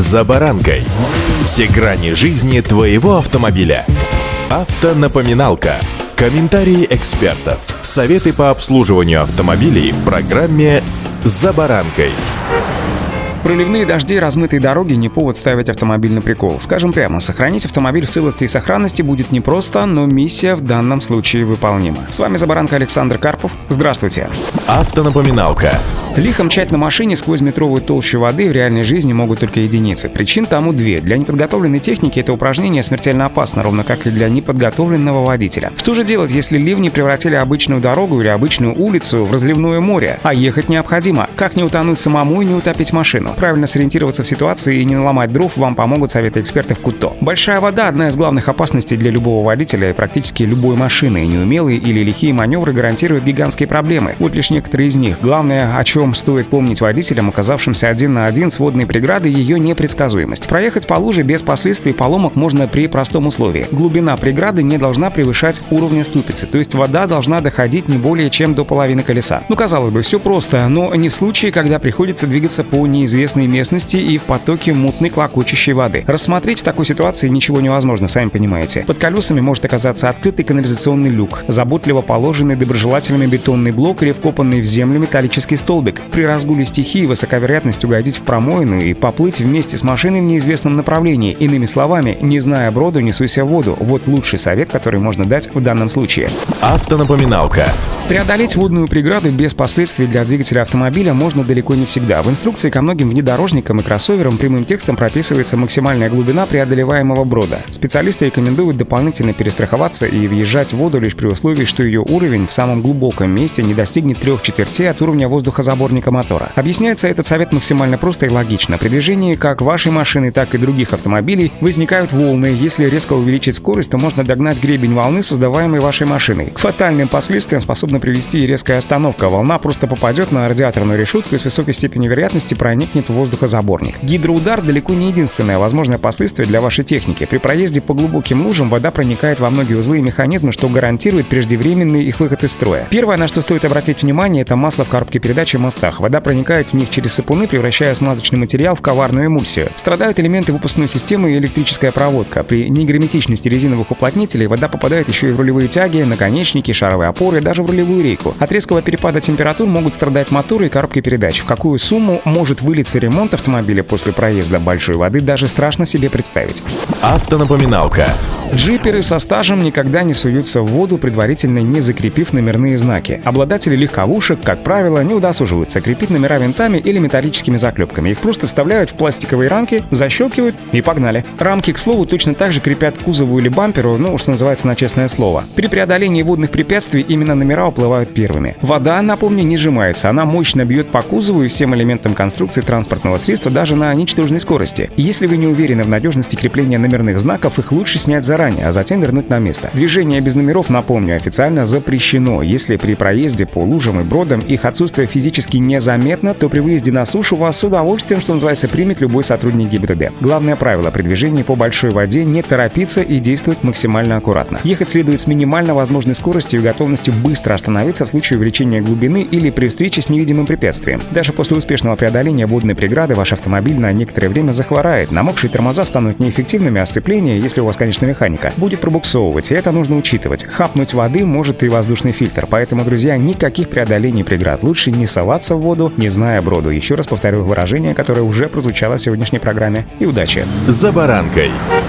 «За баранкой». Все грани жизни твоего автомобиля. Автонапоминалка. Комментарии экспертов. Советы по обслуживанию автомобилей в программе «За баранкой». Проливные дожди и размытые дороги не повод ставить автомобиль на прикол. Скажем прямо, сохранить автомобиль в целости и сохранности будет непросто, но миссия в данном случае выполнима. С вами «За баранкой» Александр Карпов. Здравствуйте. Автонапоминалка. Лихо мчать на машине сквозь метровую толщу воды в реальной жизни могут только единицы. Причин тому две. Для неподготовленной техники это упражнение смертельно опасно, ровно как и для неподготовленного водителя. Что же делать, если ливни превратили обычную дорогу или обычную улицу в разливное море? А ехать необходимо. Как не утонуть самому и не утопить машину? Правильно сориентироваться в ситуации и не наломать дров вам помогут советы экспертов КУТО. Большая вода – одна из главных опасностей для любого водителя и практически любой машины. И неумелые или лихие маневры гарантируют гигантские проблемы. Вот лишь некоторые из них. Главное, о чем стоит помнить водителям, оказавшимся один на один с водной преградой, ее непредсказуемость. Проехать по луже без последствий поломок можно при простом условии. Глубина преграды не должна превышать уровня ступицы, то есть вода должна доходить не более чем до половины колеса. Казалось бы, все просто, но не в случае, когда приходится двигаться по неизвестной местности и в потоке мутной клокочущей воды. Рассмотреть в такой ситуации ничего невозможно, сами понимаете. Под колесами может оказаться открытый канализационный люк, заботливо положенный доброжелателями бетонный блок или вкопанный в землю металлический столбик. При разгуле стихии высока вероятность угодить в промоину и поплыть вместе с машиной в неизвестном направлении. Иными словами, не зная броду, не суйся в воду. Вот лучший совет, который можно дать в данном случае. Автонапоминалка. Преодолеть водную преграду без последствий для двигателя автомобиля можно далеко не всегда. В инструкции ко многим внедорожникам и кроссоверам прямым текстом прописывается максимальная глубина преодолеваемого брода. Специалисты рекомендуют дополнительно перестраховаться и въезжать в воду лишь при условии, что ее уровень в самом глубоком месте не достигнет 3/4 от уровня воздухозаборника мотора. Объясняется этот совет максимально просто и логично. При движении как вашей машины, так и других автомобилей возникают волны. Если резко увеличить скорость, то можно догнать гребень волны, создаваемой вашей машиной. К фатальным последствиям способна привести и резкая остановка. Волна просто попадет на радиаторную решетку и с высокой степенью вероятности проникнет в воздухозаборник. Гидроудар далеко не единственное возможное последствие для вашей техники. При проезде по глубоким лужам вода проникает во многие узлы и механизмы, что гарантирует преждевременный их выход из строя. Первое, на что стоит обратить внимание, это масло в коробке передач и мостах. Вода проникает в них через сапуны, превращая смазочный материал в коварную эмульсию. Страдают элементы выпускной системы и электрическая проводка. При негерметичности резиновых уплотнителей вода попадает еще и в рулевые тяги, наконечники, шаровые опоры, даже в рулевую рейку. От резкого перепада температур могут страдать моторы и коробки передач. В какую сумму может вылиться ремонт автомобиля после проезда большой воды, даже страшно себе представить. Автонапоминалка. Джиперы со стажем никогда не суются в воду, предварительно не закрепив номерные знаки. Обладатели легковушек, как правило, не удосуживаются крепить номера винтами или металлическими заклепками. Их просто вставляют в пластиковые рамки, защелкивают и погнали. Рамки, к слову, точно так же крепят к кузову или бамперу, что называется, на честное слово. При преодолении водных препятствий именно номера уплывают первыми. Вода, напомню, не сжимается, она мощно бьет по кузову и всем элементам конструкции транспортного средства даже на ничтожной скорости. Если вы не уверены в надежности крепления номерных знаков, их лучше снять заранее, а затем вернуть на место. Движение без номеров, напомню, официально запрещено. Если при проезде по лужам и бродам их отсутствие физически незаметно, то при выезде на сушу вас с удовольствием, что называется, примет любой сотрудник ГИБДД. Главное правило при движении по большой воде — не торопиться и действовать максимально аккуратно. Ехать следует с минимально возможной скоростью и готовностью быстро остановиться в случае увеличения глубины или при встрече с невидимым препятствием. Даже после успешного преодоления водной преграды ваш автомобиль на некоторое время захворает. Намокшие тормоза станут неэффективными, а сцепление, если у вас, конечно, механика, будет пробуксовывать, и это нужно учитывать. Хапнуть воды может и воздушный фильтр, поэтому, друзья, никаких преодолений преград. Лучше не соваться в воду, не зная броду. Еще раз повторю выражение, которое уже прозвучало в сегодняшней программе. И удачи! «За баранкой».